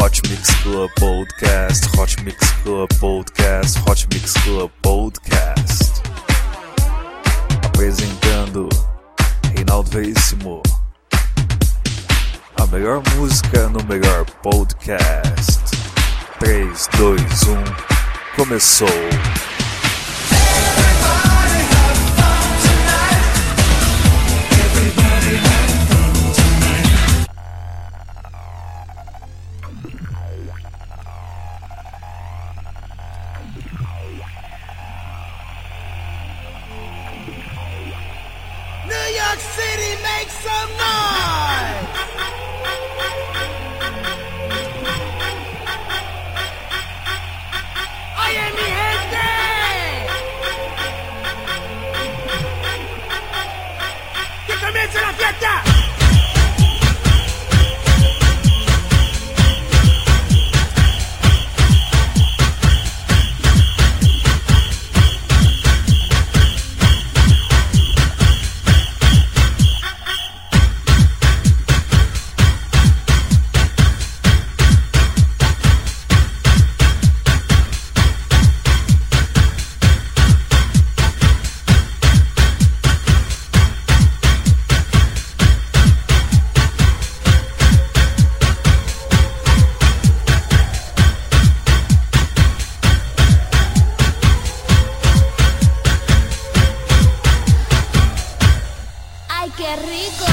Hot Mix Club Podcast, Hot Mix Club Podcast, Hot Mix Club Podcast. Apresentando Reinaldo Veríssimo. A melhor música no melhor podcast. 3, 2, 1, começou! New York City, make some noise! Oye, mi gente! ¡Que comience la fiesta! ¡Qué rico!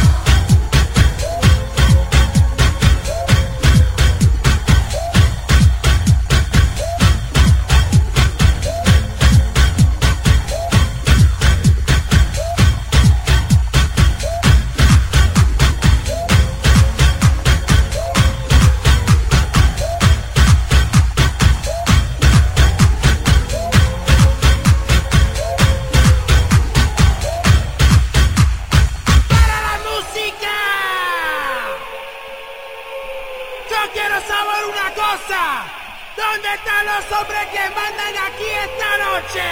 Quiero saber una cosa. ¿Dónde están los hombres que mandan aquí esta noche?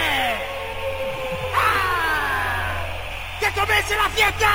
¡Ah! ¡Que comience la fiesta!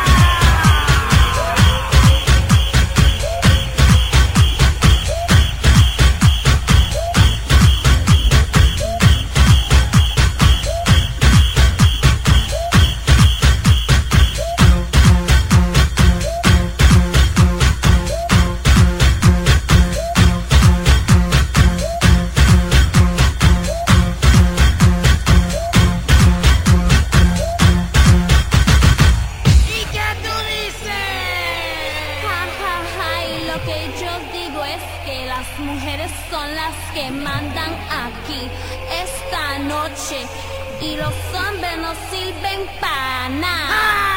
Las mujeres son las que mandan aquí esta noche y los hombres no sirven para nada.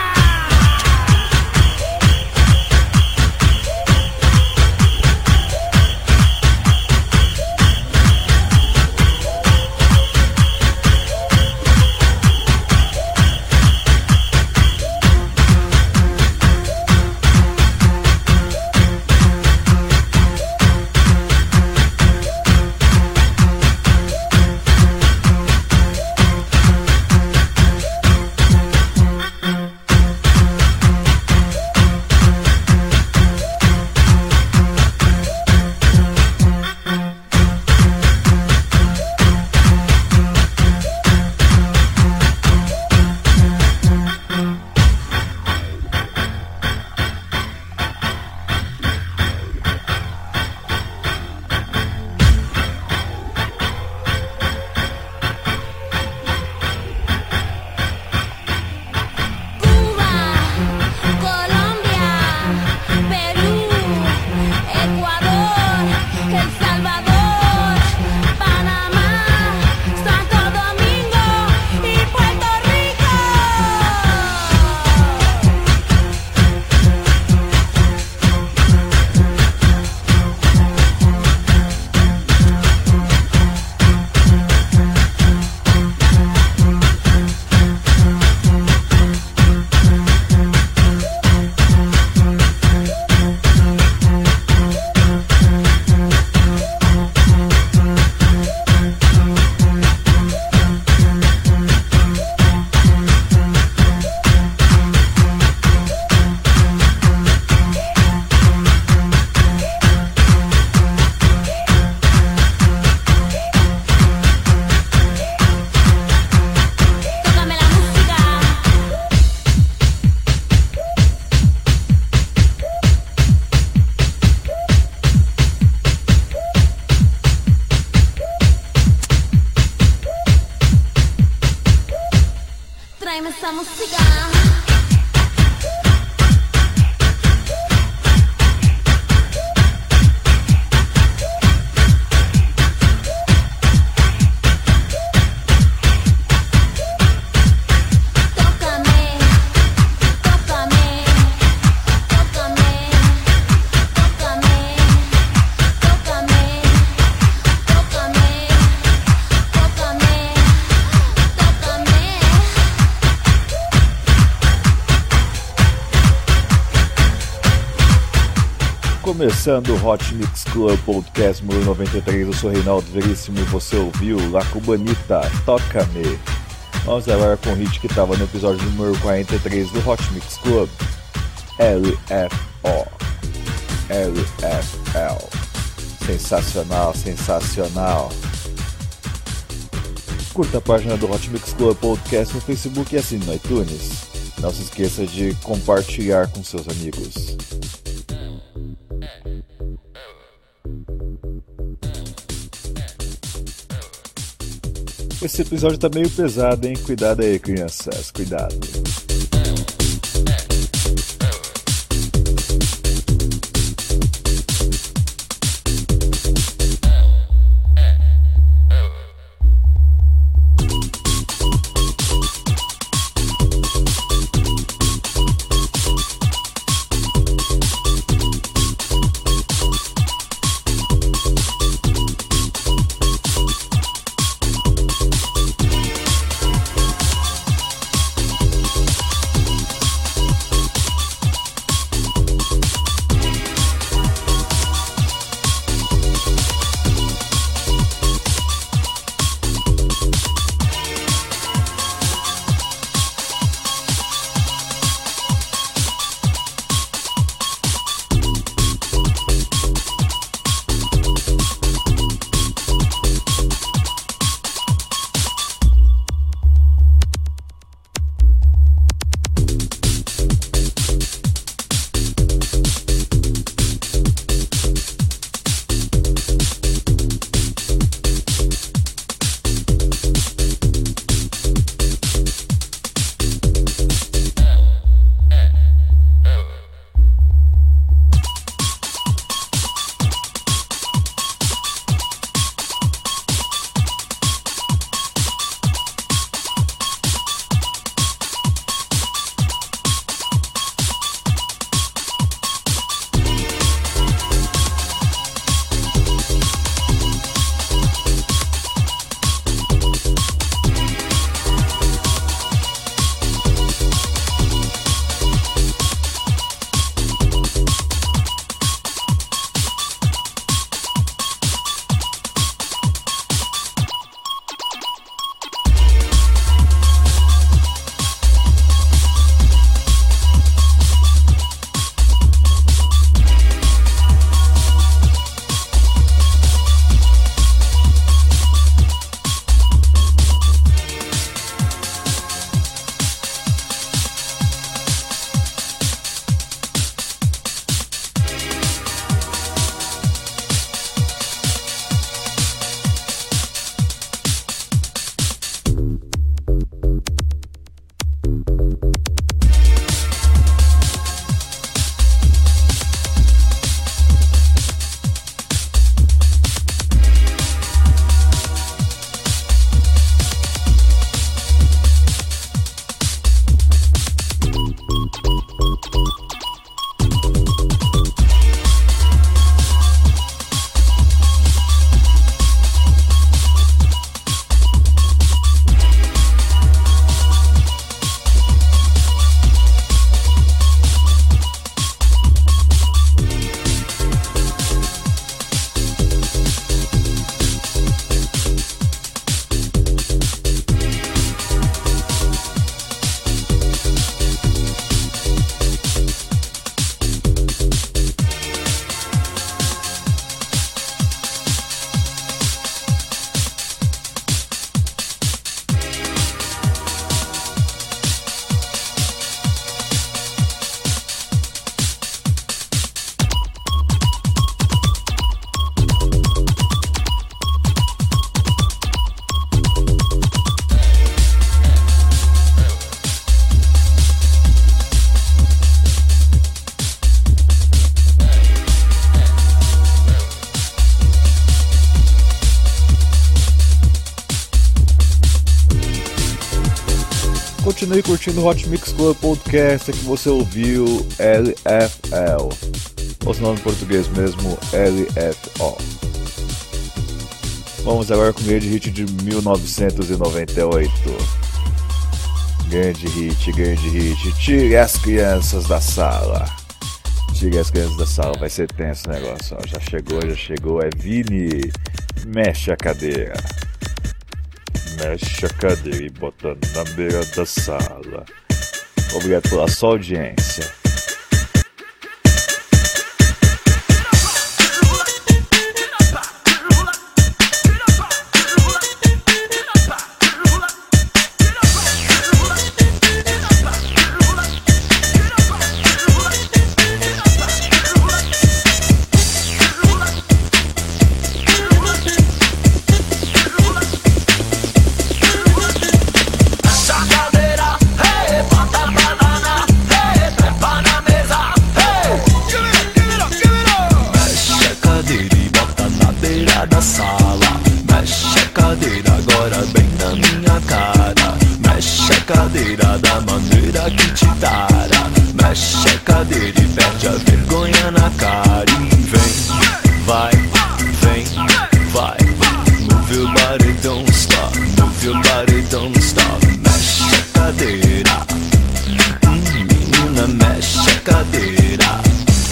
essa música. Começando o Hot Mix Club Podcast número 93, eu sou Reinaldo Veríssimo e você ouviu La Cubanita, Toca-me. Vamos agora com o hit que estava no episódio número 43 do Hot Mix Club, LFO, LFL. Sensacional, sensacional. Curta a página do Hot Mix Club Podcast no Facebook e assine no iTunes. Não se esqueça de compartilhar com seus amigos. Esse episódio tá meio pesado, hein? Cuidado aí, crianças, cuidado. continue curtindo o Hot Mix Club Podcast, que você ouviu LFL, ou se não em português mesmo, LFO. Vamos agora com o grande hit de 1998. Grande hit, tire as crianças da sala. Tire as crianças da sala, vai ser tenso o negócio. Ó. Já chegou, é Vini. Mexe a cadeira. Mexe a cadeira e bota na beira da sala. Obrigado pela sua audiência. Da maneira que te dará. Mexe a cadeira e perde a vergonha na cara. E vem, vai, vem, vai. Move your body, don't stop. Move your body, don't stop. Mexe a cadeira. Menina, mexe a cadeira.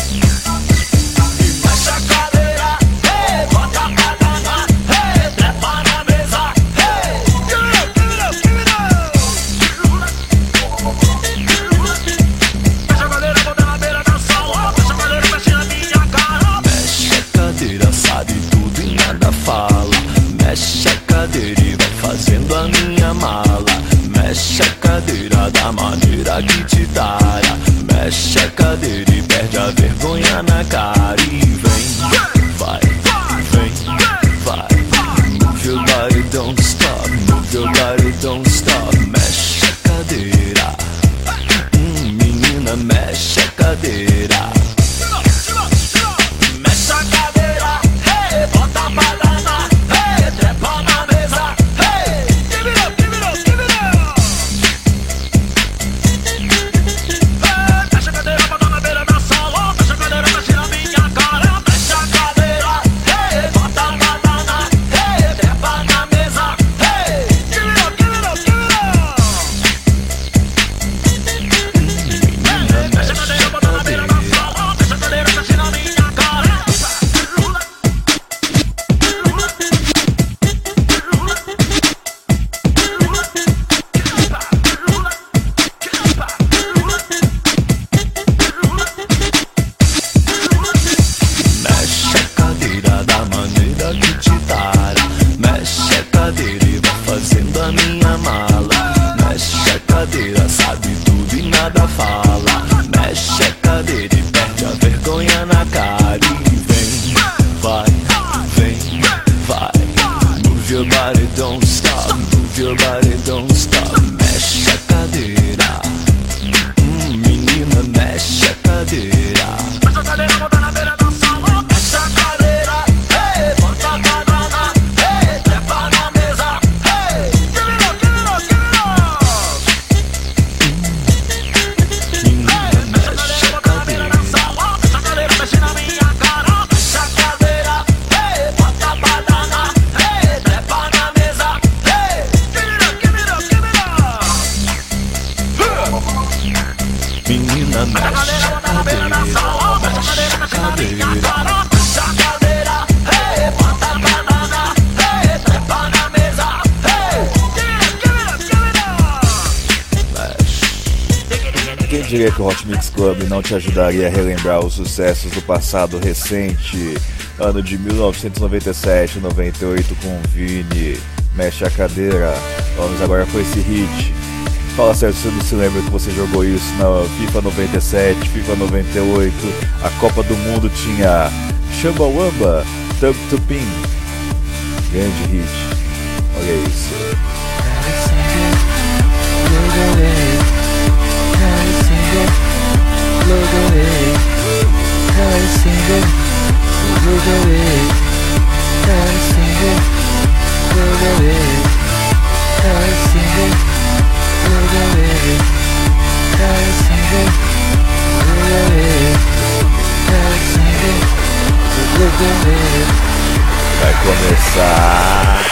Mexe a cadeira. Hey, bota a banana. Hey, trepa na mesa. Hey, give it up, give it up. Sabe tudo e nada fala. Mexe a cadeira e vai fazendo a minha mala. Mexe a cadeira da maneira que te dará. Mexe a cadeira e perde a vergonha na cara. E vem, vai, vem, vai. Move your body, don't stop. Move your body, don't stop. Mexe a cadeira. Menina, mexe a cadeira. Mexe a cadeira. Bota a banana, hey, trepa na mesa, hey, give it up, give it up, give it up. Hey, mexe a cadeira, bota na beira da sala. Mexe a cadeira, mexe na minha cara. Mexe a cadeira, hey, bota a banana, hey, trepa na mesa, hey, give it up, give it up, give it up. Hey, mexe a cadeira, bota na beira da sala. Mexe a cadeira, mexe na minha cara. Fazendo a minha mala. Mexe a cadeira, sabe tudo e nada fala. Mexe a cadeira e perde a vergonha na cara. E vem, vai, vem, vai. Move your body, don't stop. Move your body, don't stop. Mexe a cadeira. Menina, mexe a cadeira. Mexe a cadeira, bota na beira da sala. Mexe a cadeira, hey, bota a banana, hey, trepa na mesa. Menina, mexe a cadeira, mexe a cadeira. Mexe a cadeira, hey, bota a banana, hey, trepa na mesa, hey, give it up. Quem diria que o Hot Mix Club não te ajudaria a relembrar os sucessos do passado recente, ano de 1997, 98 com Vini, Mexe a Cadeira. Vamos agora com esse hit. Fala sério, você não se lembra que você jogou isso na FIFA 97, FIFA 98, a Copa do Mundo tinha Chumbawamba, Thug to Pin. Grande hit. Olha isso. Go away. Vai começar.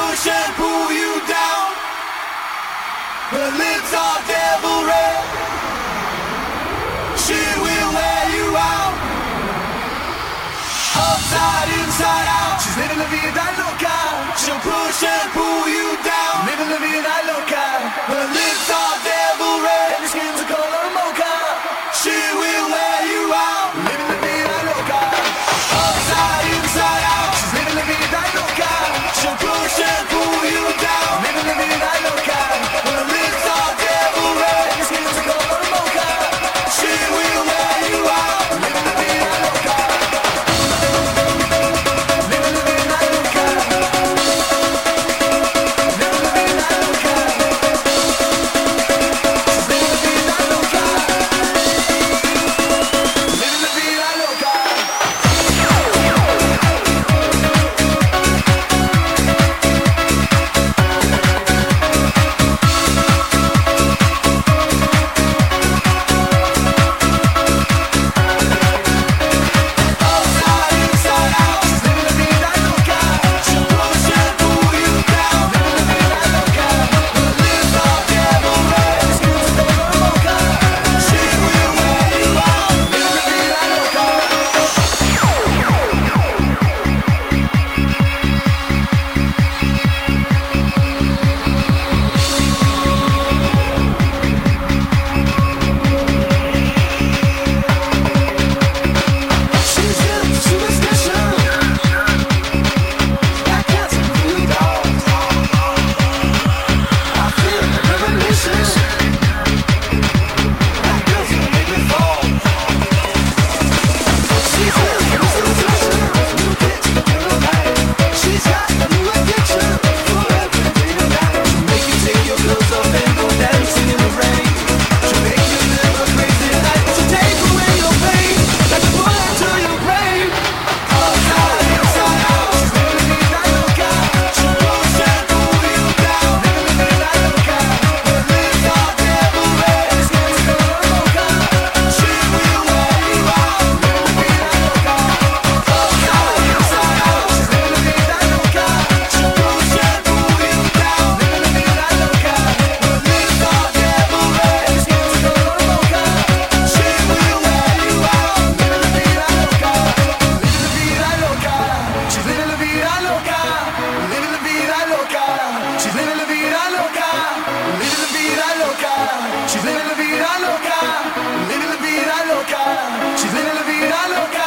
push and pull you down. Her lips are devil red. She will wear you out. Upside, inside out. She's living la vida loca. She'll push and pull you down. Living la vida loca. Her lips are devil red. And her skin's a color mocha. She will wear you out. Living la vida loca. Upside, inside out. She's living la vida loca. She'll push and pull you down. Living la vida loca. Her lips are devil red. And her skin's a color mocha. She will wear you out. Living la vida loca. Living la vida loca. Living la vida loca. She's living la vida loca. Living la vida loca. Outside, inside out, she's living la vida loca. She'll push and pull you down. Living la vida loca. Her lips are devil red. Her skin's a color mocha. She will wear you out. Living la vida loca. She's in superstition. Black cats and blue dogs. I feel the revolution. Black girls will make me fall. She's in superstition. New kicks in the night. She's got a new addiction for every day and night. She'll make you take your clothes off and go dancing in the rain. She'll make you live a crazy life. She'll take away your pain like a bullet to your brain. Outside, inside out, she's living la vida loca. She'll push and pull you down. Living la vida loca. Her lips are devil red. Her skin's a color mocha. She will wear you out. Living la vida loca. Outside, inside out, she's living la vida loca. She'll push and pull you down. Living la vida loca. Her lips are devil red. Her skin's a color mocha. She will wear you out. Living la vida loca. Living la vida loca. She's living la vida loca. Living la vida loca. She's living la vida loca. Living la vida loca. She's living la vida loca. Living la vida loca. She's living la vida loca.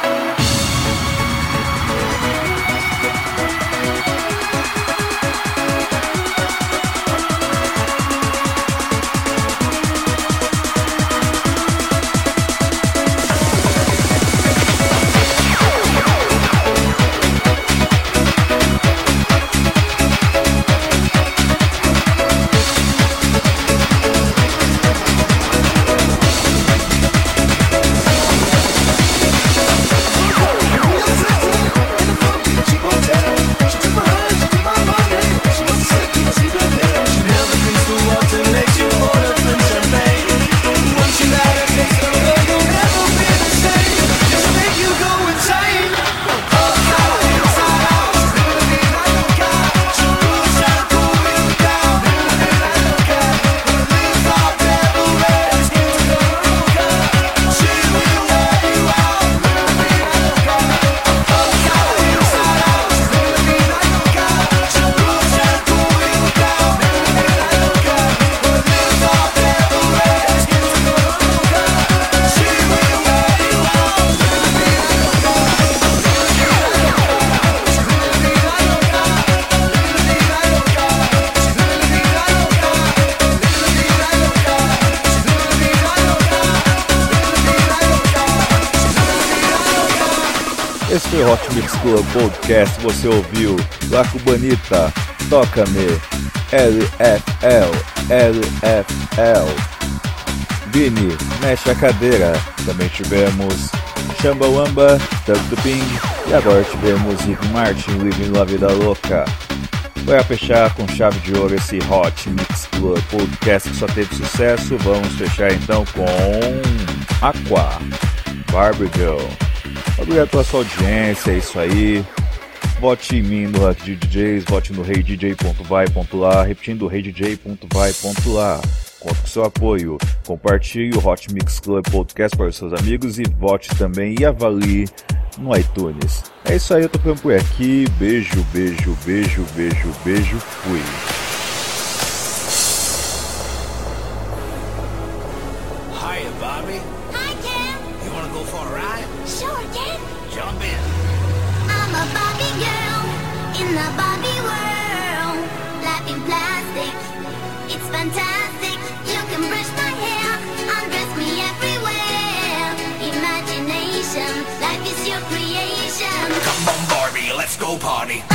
Esse foi o Hot Mix Club Podcast. Você ouviu La Cubanita, Toca-me, LFL, Vini, Mexe a Cadeira. Também tivemos Chambawamba, Tug do Ping. E agora tivemos Rick Martin, Living La Vida Loca. Para fechar com chave de ouro esse Hot Mix Club Podcast que só teve sucesso, vamos fechar então com Aqua, Barbie Girl. Obrigado pela sua audiência, é isso aí. Vote em mim no Hot DJs, vote no reidj.vai.lá, repetindo reidj.vai.lá. Conto com seu apoio. Compartilhe o Hot Mix Club Podcast para os seus amigos e vote também e avalie no iTunes. É isso aí, eu tô ficando por aqui. Beijo, beijo, beijo, beijo, beijo. Fui. Hiya, Bobby. Hi, Ken. You wanna go for a ride? Sure, Ken. Jump in. I'm a Barbie girl in the Barbie world. Life in plastic, it's fantastic. You can brush my hair, undress me everywhere. Imagination, life is your creation. Come on, Barbie, let's go party.